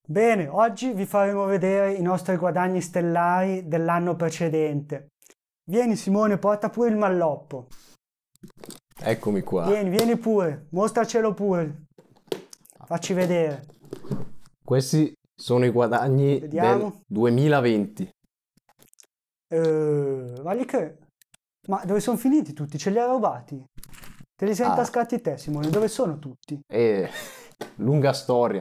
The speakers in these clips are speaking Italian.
Bene, oggi vi faremo vedere i nostri guadagni stellari dell'anno precedente. Vieni Simone, porta pure il malloppo. Eccomi qua. Vieni pure, mostracelo pure. Facci vedere. Questi sono i guadagni del Vediamo. 2020. Ma dove sono finiti tutti? Ce li hai rubati? Te li sei Ah, intascati te, Simone? Dove sono tutti? e lunga storia.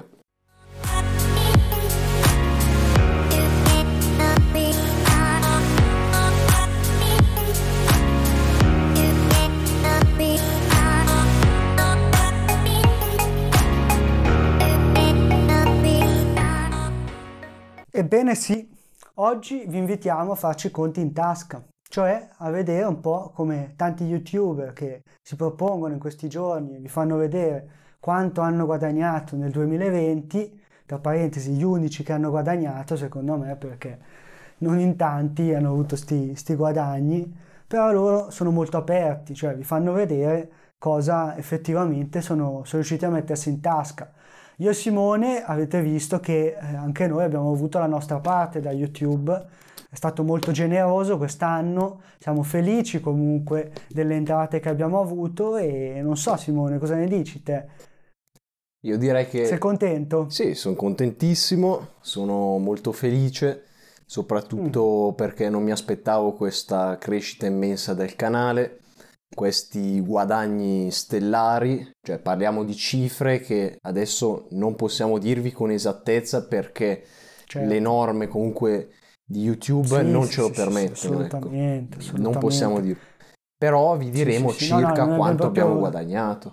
Ebbene sì, oggi vi invitiamo a farci i conti in tasca, cioè a vedere un po' come tanti YouTuber che si propongono in questi giorni e vi fanno vedere quanto hanno guadagnato nel 2020, tra parentesi gli unici che hanno guadagnato secondo me perché non in tanti hanno avuto sti guadagni, però loro sono molto aperti, cioè vi fanno vedere cosa effettivamente sono riusciti a mettersi in tasca. Io e Simone avete visto che anche noi abbiamo avuto la nostra parte da YouTube, è stato molto generoso quest'anno, siamo felici comunque delle entrate che abbiamo avuto e non so Simone, cosa ne dici te? Io direi Sei che contento? sì, sono contentissimo, sono molto felice, Mm, soprattutto perché non mi aspettavo questa crescita immensa del canale, questi guadagni stellari, cioè parliamo di cifre che adesso non possiamo dirvi con esattezza perché le certo. norme comunque di YouTube Sì, non sì, ce lo sì, sì, sì, permettono, ecco, assolutamente, non possiamo assolutamente. dirlo. Però vi Sì, sì, diremo sì, no, no, circa noi abbiamo quanto abbiamo proprio. guadagnato,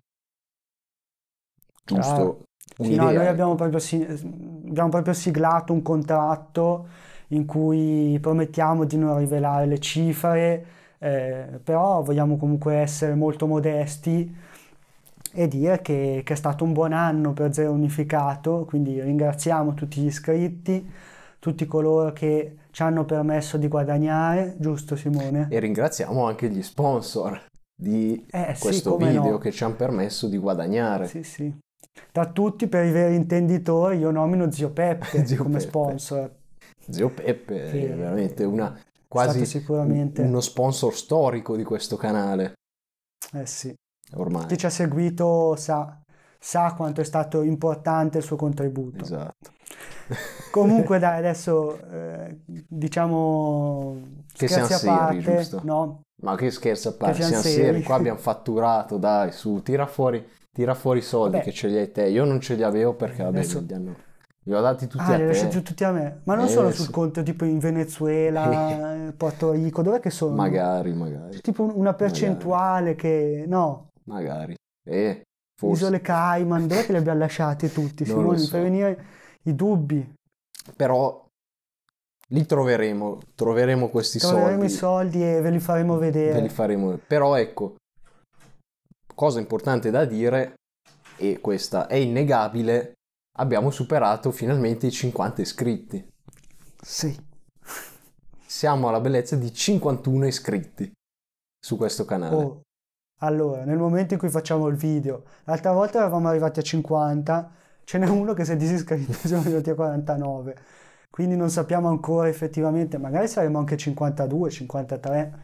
Chiaro. giusto Sì, no, noi un'idea, ecco. abbiamo proprio siglato un contratto in cui promettiamo di non rivelare le cifre, però vogliamo comunque essere molto modesti e dire che è stato un buon anno per Zero Unificato, quindi ringraziamo tutti gli iscritti, tutti coloro che ci hanno permesso di guadagnare, giusto E Simone? ringraziamo anche gli sponsor di Eh sì, questo come video no. che ci hanno permesso di guadagnare. Sì, sì. Tra tutti, per i veri intenditori, io nomino Zio Peppe Zio come Peppe. sponsor, Zio Peppe è che veramente è stato quasi uno sicuramente, sponsor storico di questo canale, eh sì, chi ormai. ci ha seguito sa quanto è stato importante il suo contributo. Esatto. Comunque, dai, adesso diciamo Che siamo scherzi a seri, parte, giusto? no? Ma che scherzo a Che parte, siamo siamo seri, seri. qua abbiamo fatturato, dai, su, tira fuori i soldi che Vabbè, ce li hai te. Io non ce li avevo perché, vabbè, adesso. li ho dati tutti Ah, a li hai lasciati te. tutti a me. Ma non sono sul Sì. conto tipo in Venezuela, Porto Rico, dov'è che sono? Magari, C'è magari, tipo una magari, percentuale che. No, magari. Forse. Isole Cayman, dov'è che li abbiamo lasciati tutti? Non lo Simone, mi fai so. venire i dubbi. Però li troveremo questi Troveremo i soldi, soldi e ve li faremo ve li vedere. faremo. Però ecco, cosa importante da dire, e questa è innegabile, abbiamo superato finalmente i 50 iscritti. Sì. Siamo alla bellezza di 51 iscritti su questo canale. Oh, allora, nel momento in cui facciamo il video, l'altra volta eravamo arrivati a 50, ce n'è uno che si è disiscritto e siamo arrivati a 49. Quindi non sappiamo ancora effettivamente, magari saremo anche 52, 53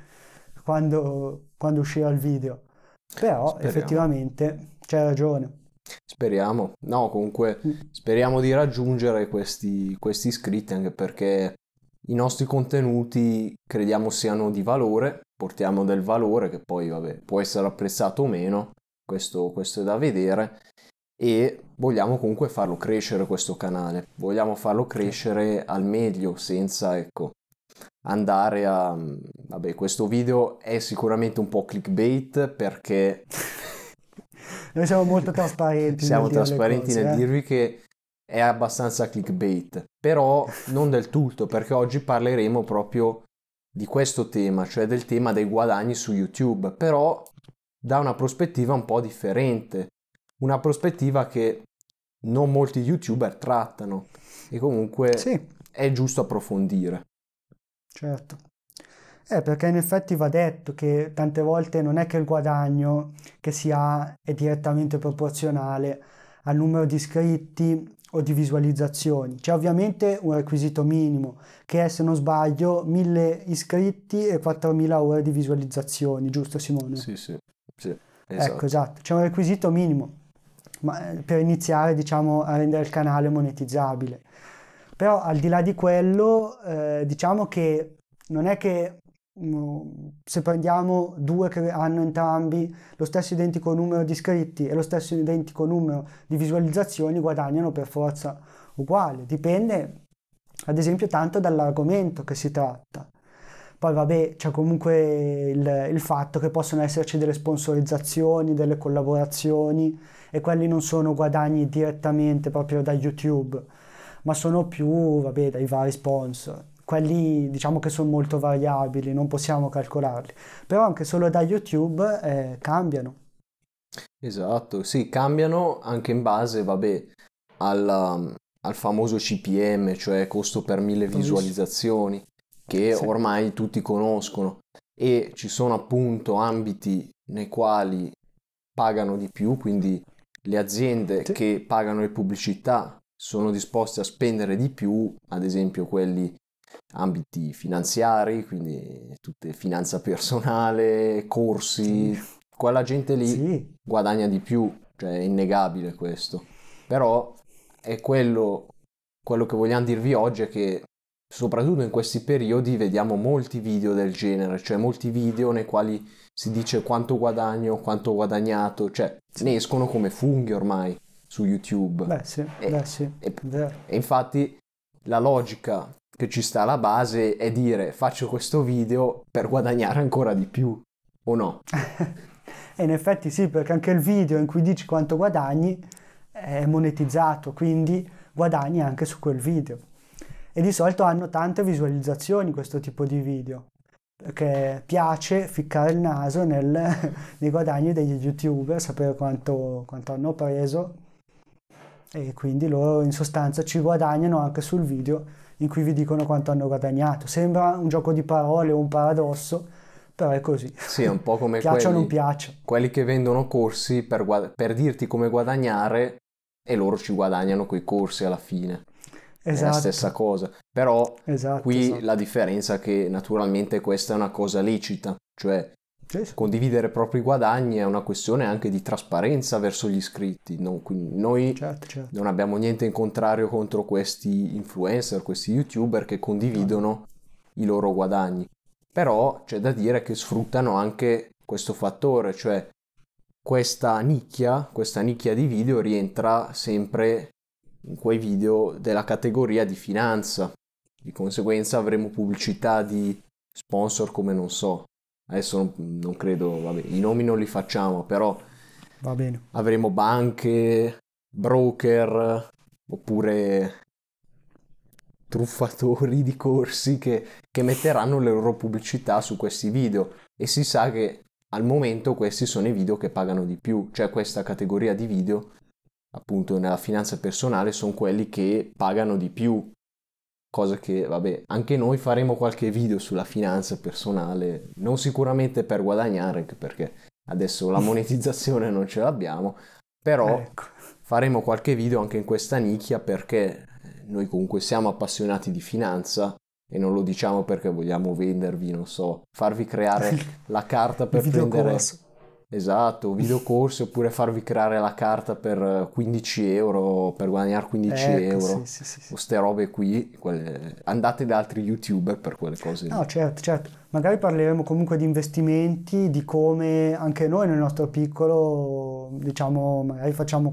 quando uscirà il video. Però Speriamo. effettivamente c'è ragione. Speriamo. No, comunque Mm. speriamo di raggiungere questi iscritti anche perché i nostri contenuti crediamo siano di valore, portiamo del valore che poi vabbè, può essere apprezzato o meno, questo è da vedere e vogliamo comunque farlo crescere questo canale, vogliamo farlo Certo. crescere al meglio senza, ecco, andare a. Vabbè, questo video è sicuramente un po' clickbait perché Noi siamo molto trasparenti nel siamo dire le trasparenti cose, nel eh? dirvi che è abbastanza clickbait, però non del tutto, perché oggi parleremo proprio di questo tema, cioè del tema dei guadagni su YouTube, però da una prospettiva un po' differente, una prospettiva che non molti YouTuber trattano e comunque Sì, è giusto approfondire. certo. Perché in effetti va detto che tante volte non è che il guadagno che si ha è direttamente proporzionale al numero di iscritti o di visualizzazioni. C'è ovviamente un requisito minimo, che è, se non sbaglio, 1000 iscritti e 4000 ore di visualizzazioni, giusto Simone? Sì, sì, sì, Ecco, esatto. esatto, c'è un requisito minimo per iniziare, diciamo, a rendere il canale monetizzabile. Però al di là di quello, diciamo che non è che se prendiamo due che hanno entrambi lo stesso identico numero di iscritti e lo stesso identico numero di visualizzazioni, guadagnano per forza uguale. Dipende, ad esempio, tanto dall'argomento che si tratta. Poi vabbè, c'è comunque il fatto che possono esserci delle sponsorizzazioni, delle collaborazioni, e quelli non sono guadagni direttamente proprio da YouTube, ma sono più, vabbè, dai vari sponsor. Quelli diciamo che sono molto variabili, non possiamo calcolarli, però anche solo da YouTube cambiano. Esatto, sì, cambiano anche in base, vabbè, al famoso CPM, cioè costo per 1000 Bravissimo. visualizzazioni, che Sì, ormai tutti conoscono, e ci sono appunto ambiti nei quali pagano di più, quindi le aziende sì, che pagano le pubblicità sono disposte a spendere di più, ad esempio quelli ambiti finanziari, quindi tutte finanza personale, sì, corsi, quella gente lì sì, guadagna di più, cioè è innegabile questo. Però è quello che vogliamo dirvi oggi è che soprattutto in questi periodi vediamo molti video del genere, cioè molti video nei quali si dice quanto guadagno, quanto ho guadagnato, cioè sì. ne escono come funghi ormai su YouTube. Beh E, sì, e- è vero. e infatti la logica che ci sta alla base è dire faccio questo video per guadagnare ancora di più, o no? E in effetti sì, perché anche il video in cui dici quanto guadagni è monetizzato, quindi guadagni anche su quel video. E di solito hanno tante visualizzazioni questo tipo di video, perché piace ficcare il naso nei guadagni degli YouTuber, sapere quanto hanno preso, e quindi loro in sostanza ci guadagnano anche sul video in cui vi dicono quanto hanno guadagnato. Sembra un gioco di parole o un paradosso, però è così. Sì, è un po' come Piaccia o non piaccia. quelli che vendono corsi per dirti come guadagnare e loro ci guadagnano quei corsi alla fine. È la Esatto, stessa cosa. Però esatto, qui la esatto. differenza è che naturalmente questa è una cosa lecita, cioè Sì, sì. condividere i propri guadagni è una questione anche di trasparenza verso gli iscritti. Quindi noi Certo, certo. non abbiamo niente in contrario contro questi influencer, questi YouTuber che No, no. condividono i loro guadagni. Però c'è da dire che sfruttano anche questo fattore, cioè questa nicchia di video rientra sempre in quei video della categoria di finanza. Di conseguenza avremo pubblicità di sponsor come non so. Adesso non credo, vabbè, i nomi non li facciamo, però Va bene. avremo banche, broker, oppure truffatori di corsi che metteranno le loro pubblicità su questi video, e si sa che al momento questi sono i video che pagano di più, cioè questa categoria di video appunto nella finanza personale sono quelli che pagano di più, cosa che vabbè anche noi faremo qualche video sulla finanza personale, non sicuramente per guadagnare, anche perché adesso la monetizzazione non ce l'abbiamo, però Ecco. faremo qualche video anche in questa nicchia perché noi comunque siamo appassionati di finanza e non lo diciamo perché vogliamo vendervi, non so, farvi creare la carta Il per prendere, videocorso. esatto, videocorsi, oppure farvi creare la carta per 15 euro, per guadagnare 15 Ecco, sì, euro, sì, sì, sì. o ste robe qui, andate da altri YouTuber per quelle cose lì. No, certo, certo. Magari parleremo comunque di investimenti, di come anche noi nel nostro piccolo, diciamo, magari facciamo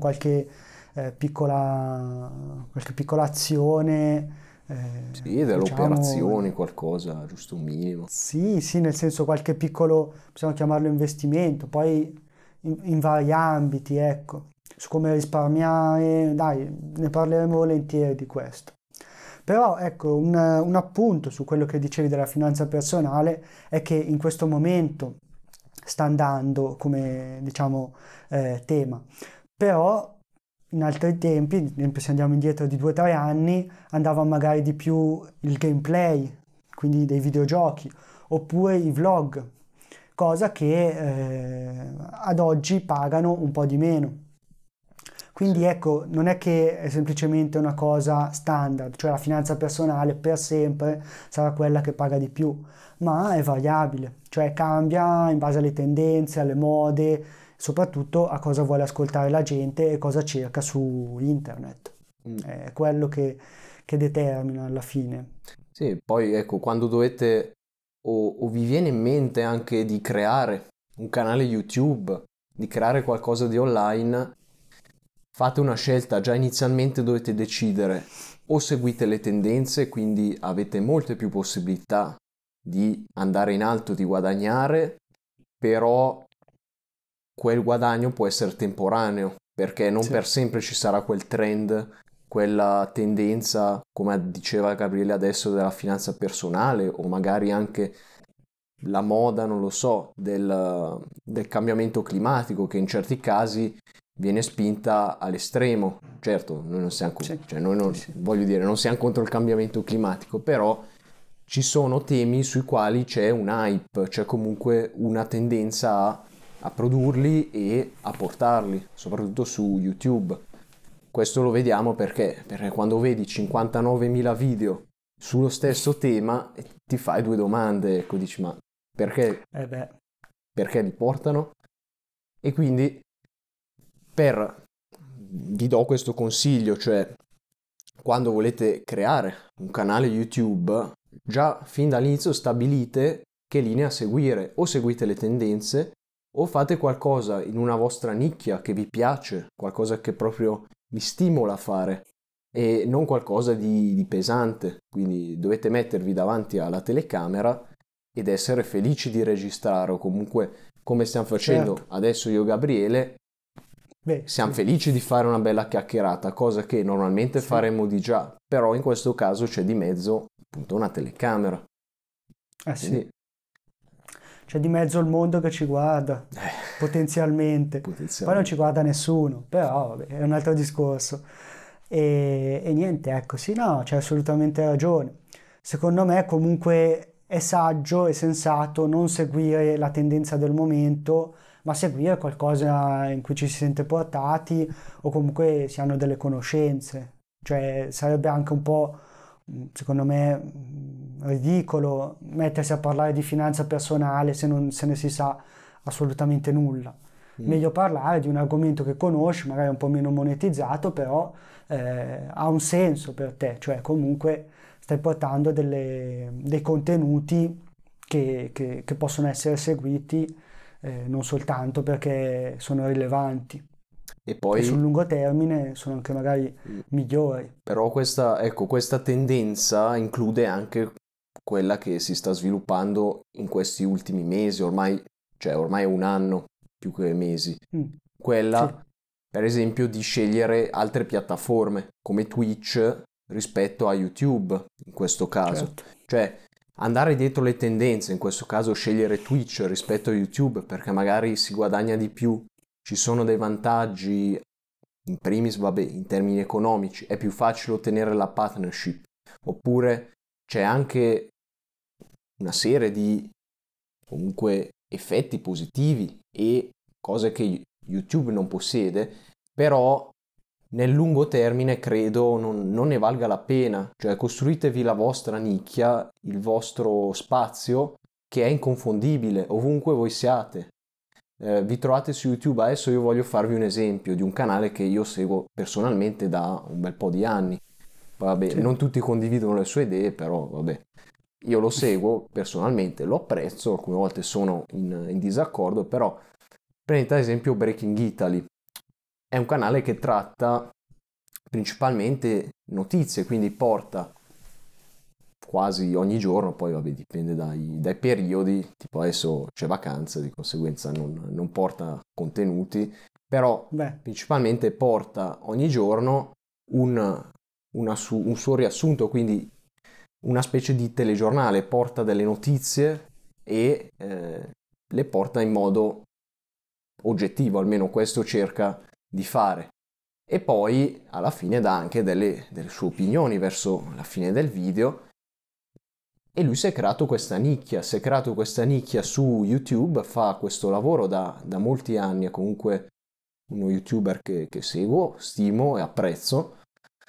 qualche piccola azione, Sì, delle diciamo, operazioni, qualcosa, giusto un minimo. sì, sì, nel senso qualche piccolo, possiamo chiamarlo investimento, poi in vari ambiti, ecco, su come risparmiare, dai, ne parleremo volentieri di questo. Però ecco, un appunto su quello che dicevi della finanza personale è che in questo momento sta andando come, diciamo, tema. Però in altri tempi, ad esempio se andiamo indietro di 2 o 3 anni, andava magari di più il gameplay, quindi dei videogiochi, oppure i vlog, cosa che ad oggi pagano un po' di meno. Quindi Sì. ecco, non è che è semplicemente una cosa standard, cioè la finanza personale per sempre sarà quella che paga di più, ma è variabile, cioè cambia in base alle tendenze, alle mode, soprattutto a cosa vuole ascoltare la gente e cosa cerca su internet. Mm. È quello che determina alla fine. Sì, poi ecco, quando dovete o vi viene in mente anche di creare un canale YouTube, di creare qualcosa di online, fate una scelta, già inizialmente dovete decidere o seguite le tendenze, quindi avete molte più possibilità di andare in alto, di guadagnare, però quel guadagno può essere temporaneo, perché non Sì, per sempre ci sarà quel trend, quella tendenza, come diceva Gabriele adesso, della finanza personale o magari anche la moda, non lo so, del cambiamento climatico che in certi casi viene spinta all'estremo. Certo, noi non siamo, sì, cioè noi sì, non, sì. voglio dire, non siamo contro il cambiamento climatico, però ci sono temi sui quali c'è un hype, c'è comunque una tendenza a produrli e a portarli, soprattutto su YouTube. Questo lo vediamo perché quando vedi 59.000 video sullo stesso tema ti fai due domande, ecco, dici ma perché, Eh beh, perché li portano? E quindi vi do questo consiglio, cioè quando volete creare un canale YouTube, già fin dall'inizio stabilite che linea seguire, o seguite le tendenze o fate qualcosa in una vostra nicchia che vi piace, qualcosa che proprio vi stimola a fare e non qualcosa di pesante, quindi dovete mettervi davanti alla telecamera ed essere felici di registrare o comunque come stiamo certo. facendo adesso io e Gabriele, Beh, siamo sì, felici di fare una bella chiacchierata, cosa che normalmente sì. faremmo di già, però in questo caso c'è di mezzo appunto una telecamera. Eh sì. Quindi C'è di mezzo il mondo che ci guarda, potenzialmente. Poi non ci potenzialmente. guarda nessuno, però vabbè, è un altro discorso. E niente, ecco, sì, no, c'è assolutamente ragione. Secondo me comunque è saggio e sensato non seguire la tendenza del momento, ma seguire qualcosa in cui ci si sente portati o comunque si hanno delle conoscenze. Cioè sarebbe anche un po', secondo me, ridicolo mettersi a parlare di finanza personale se non se ne si sa assolutamente nulla. Mm. Meglio parlare di un argomento che conosci, magari un po' meno monetizzato, però ha un senso per te, cioè comunque stai portando dei contenuti che possono essere seguiti non soltanto perché sono rilevanti E e sul poi lungo termine sono anche magari migliori. però ecco, questa tendenza include anche quella che si sta sviluppando in questi ultimi mesi, ormai è un anno più che mesi. Mm, sì, Quella, per esempio, di scegliere altre piattaforme come Twitch rispetto a YouTube, in questo caso. certo, Cioè, andare dietro le tendenze, in questo caso scegliere Twitch rispetto a YouTube perché magari si guadagna di più, ci sono dei vantaggi, in primis, vabbè, in termini economici, è più facile ottenere la partnership, oppure c'è anche una serie di comunque effetti positivi e cose che YouTube non possiede, però nel lungo termine credo non ne valga la pena, cioè costruitevi la vostra nicchia, il vostro spazio che è inconfondibile ovunque voi siate. Vi trovate su YouTube, adesso io voglio farvi un esempio di un canale che io seguo personalmente da un bel po' di anni. Vabbè, sì, non tutti condividono le sue idee, però vabbè. Io lo seguo personalmente, lo apprezzo, alcune volte sono in disaccordo, però prendete ad esempio Breaking Italy. È un canale che tratta principalmente notizie, quindi porta quasi ogni giorno, poi vabbè dipende dai periodi, tipo adesso c'è vacanza, di conseguenza non porta contenuti, però beh, principalmente porta ogni giorno un, un suo riassunto, quindi una specie di telegiornale, porta delle notizie e le porta in modo oggettivo, almeno questo cerca di fare. E poi alla fine dà anche delle sue opinioni verso la fine del video e lui si è creato questa nicchia su YouTube, fa questo lavoro da molti anni, comunque uno youtuber che seguo, stimo e apprezzo,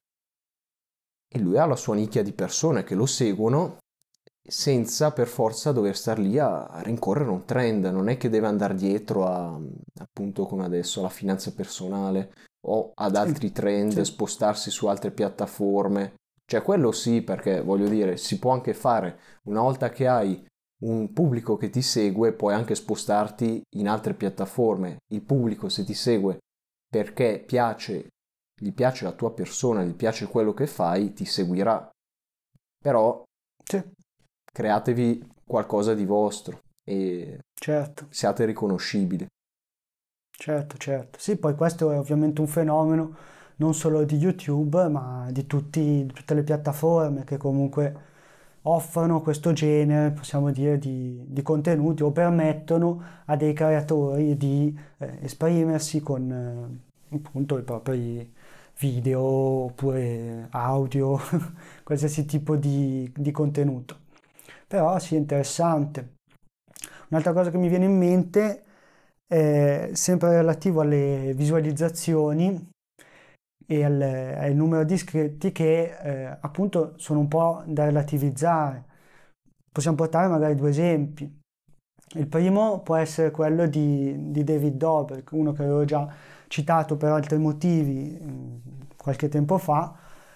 e lui ha la sua nicchia di persone che lo seguono senza per forza dover star lì a rincorrere un trend. Non è che deve andare dietro a, appunto come adesso, alla finanza personale o ad Sì, altri trend, sì, spostarsi su altre piattaforme. Cioè quello sì, perché voglio dire, si può anche fare. Una volta che hai un pubblico che ti segue, puoi anche spostarti in altre piattaforme. Il pubblico, se ti segue perché gli piace la tua persona, gli piace quello che fai, ti seguirà. Però sì, createvi qualcosa di vostro e certo. siate riconoscibili. Certo, certo. Sì, poi questo è ovviamente un fenomeno non solo di YouTube, ma di tutte le piattaforme che comunque offrono questo genere, possiamo dire, di contenuti o permettono a dei creatori di esprimersi con appunto i propri video oppure audio, qualsiasi tipo di contenuto. Però sì, è interessante. Un'altra cosa che mi viene in mente è sempre relativo alle visualizzazioni e al numero di iscritti che appunto sono un po' da relativizzare. Possiamo portare magari due esempi. Il primo può essere quello di David Dobrik, uno che avevo già citato per altri motivi qualche tempo fa,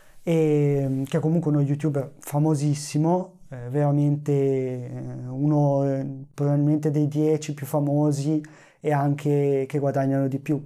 e che è comunque uno youtuber famosissimo, veramente uno probabilmente dei 10 più famosi e anche che guadagnano di più,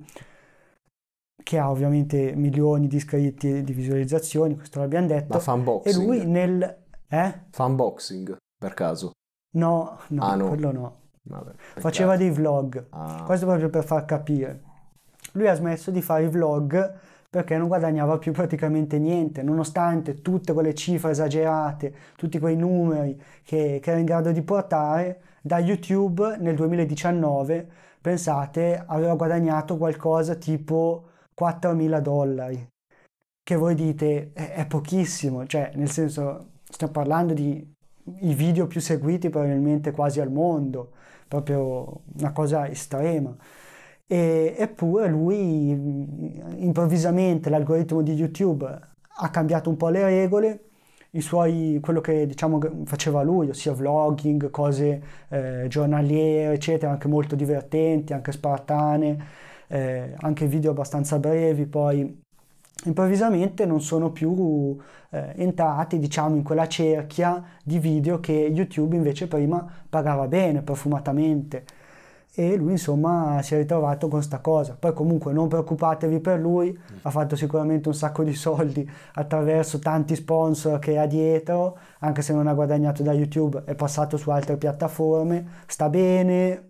che ha ovviamente milioni di iscritti e di visualizzazioni, questo l'abbiamo Ma detto, fa e lui unboxing? nel... Eh? Fa unboxing, per caso? No, Ah no, no, quello no. vabbè, Faceva peccato. dei vlog, Ah, questo proprio per far capire. Lui ha smesso di fare i vlog perché non guadagnava più praticamente niente, nonostante tutte quelle cifre esagerate, tutti quei numeri che era in grado di portare, da YouTube nel 2019, pensate, aveva guadagnato qualcosa tipo $4.000, che voi dite è pochissimo, cioè nel senso stiamo parlando di i video più seguiti probabilmente quasi al mondo, proprio una cosa estrema. Eppure lui improvvisamente l'algoritmo di YouTube ha cambiato un po' le regole, quello che diciamo che faceva lui, ossia vlogging, cose giornaliere, eccetera, anche molto divertenti, anche spartane, anche video abbastanza brevi, poi improvvisamente non sono più entrati, diciamo, in quella cerchia di video che YouTube invece prima pagava bene, profumatamente. E lui insomma si è ritrovato con sta cosa. Poi comunque non preoccupatevi per lui, ha fatto sicuramente un sacco di soldi attraverso tanti sponsor che ha dietro, anche se non ha guadagnato da YouTube, è passato su altre piattaforme, sta bene,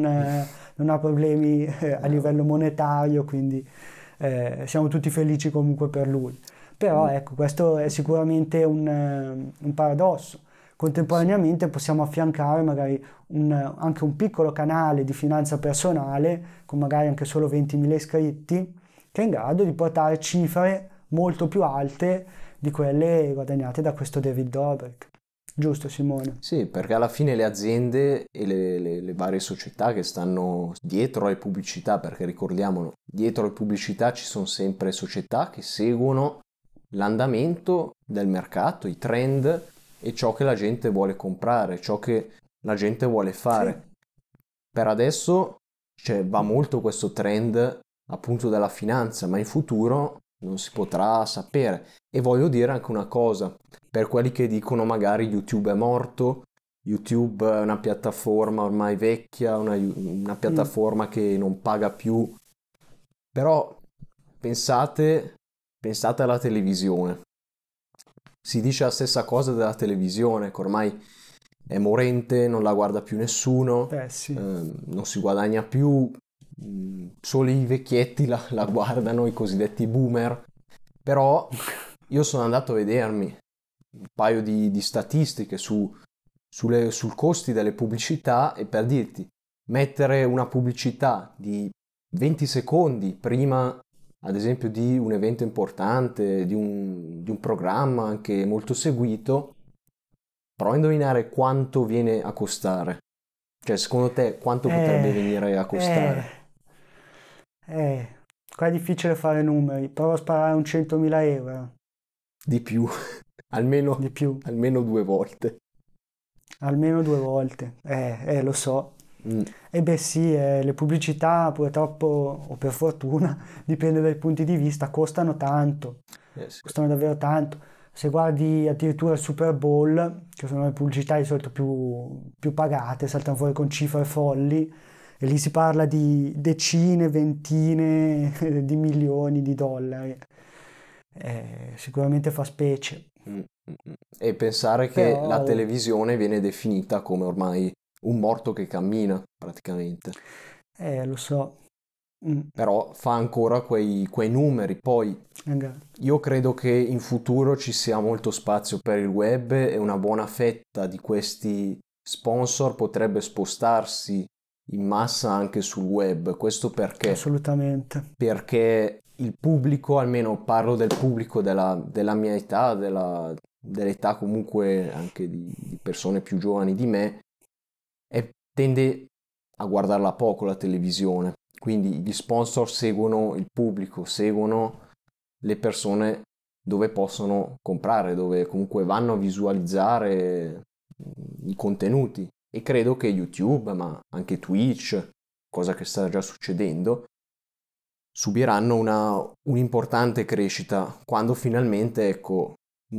non ha problemi a livello monetario, quindi siamo tutti felici comunque per lui. Però mm, ecco, questo è sicuramente un paradosso. sì. Contemporaneamente possiamo affiancare magari anche un piccolo canale di finanza personale, con magari anche solo 20.000 iscritti, che è in grado di portare cifre molto più alte di quelle guadagnate da questo David Dobrik. Giusto, Simone? Sì, perché alla fine le aziende e le varie società che stanno dietro alle pubblicità, perché ricordiamolo, dietro alle pubblicità ci sono sempre società che seguono l'andamento del mercato, i trend e ciò che la gente vuole comprare, ciò che la gente vuole Sì. fare. Per adesso va molto questo trend appunto della finanza, ma in futuro non si potrà sapere. E voglio dire anche una cosa, per quelli che dicono magari YouTube è morto, YouTube è una piattaforma ormai vecchia, una Mm. piattaforma che non paga più, però pensate alla televisione. Si dice la stessa cosa della televisione, che ormai è morente, non la guarda più nessuno, Beh, sì. non si guadagna più, solo i vecchietti la guardano, i cosiddetti boomer. Però io sono andato a vedermi un paio di statistiche sul costi delle pubblicità e per dirti, mettere una pubblicità di 20 secondi prima, ad esempio, di un evento importante, di un programma anche molto seguito, prova a indovinare quanto viene a costare. Cioè, secondo te, quanto potrebbe Eh, venire a eh, costare? Qua è difficile fare numeri, provo a sparare un 100.000 euro, Di più, almeno, di più, almeno 2 volte. almeno 2 volte. Lo so. Mm, E beh sì, le pubblicità purtroppo, o per fortuna, dipende dai punti di vista, sì. costano davvero tanto. Se guardi addirittura il Super Bowl, che sono le pubblicità di solito più pagate, saltano fuori con cifre folli, e lì si parla di decine, ventine di milioni di dollari. Sicuramente fa specie, Mm, mm, mm. E pensare che però la televisione viene definita come ormai un morto che cammina, praticamente. lo so. Mm, Però fa ancora quei numeri. Poi raga, io credo che in futuro ci sia molto spazio per il web e una buona fetta di questi sponsor potrebbe spostarsi in massa anche sul web. Questo perché? assolutamente. Perché il pubblico, almeno parlo del pubblico della mia età, dell'età comunque anche di persone più giovani di me, tende a guardarla poco la televisione. Quindi gli sponsor seguono il pubblico, seguono le persone dove possono comprare, dove comunque vanno a visualizzare i contenuti. E credo che YouTube, ma anche Twitch, cosa che sta già succedendo, subiranno un'importante crescita quando finalmente, ecco,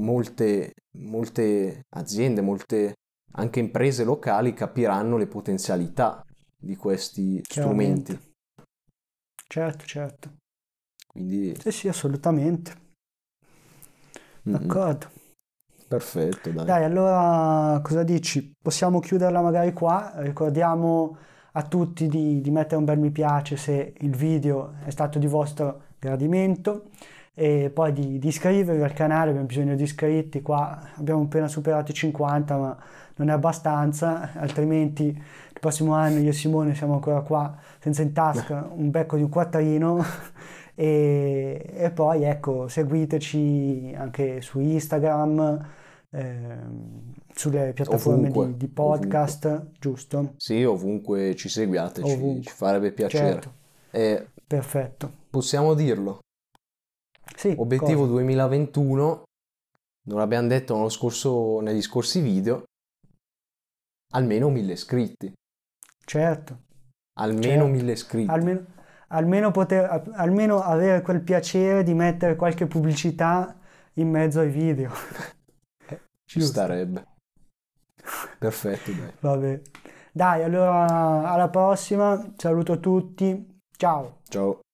molte aziende, molte anche imprese locali capiranno le potenzialità di questi strumenti. Chiaramente. Certo, certo. Quindi, Sì, sì, assolutamente. mm, mm, D'accordo. perfetto, dai. Dai, allora cosa dici? Possiamo chiuderla magari qua. Ricordiamo a tutti di mettere un bel mi piace se il video è stato di vostro gradimento e poi di iscrivervi al canale, abbiamo bisogno di iscritti. Qua abbiamo appena superato i 50, ma non è abbastanza, altrimenti il prossimo anno io e Simone siamo ancora qua senza in tasca un becco di un quattrino. E poi ecco, seguiteci anche su Instagram, sulle piattaforme Ovunque, di ovunque. podcast, giusto? Sì, ovunque ci seguiate, ci Ovunque. farebbe piacere. Certo, E perfetto. possiamo dirlo, Sì, obiettivo cosa? 2021, non l'abbiamo detto negli scorsi video, almeno 1000 iscritti. Certo, Almeno certo. 1000 iscritti. Almeno, almeno avere quel piacere di mettere qualche pubblicità in mezzo ai video. Ci Giusto? starebbe. Perfetto, dai. Vabbè. Dai, allora alla prossima. Saluto tutti. Ciao. Ciao.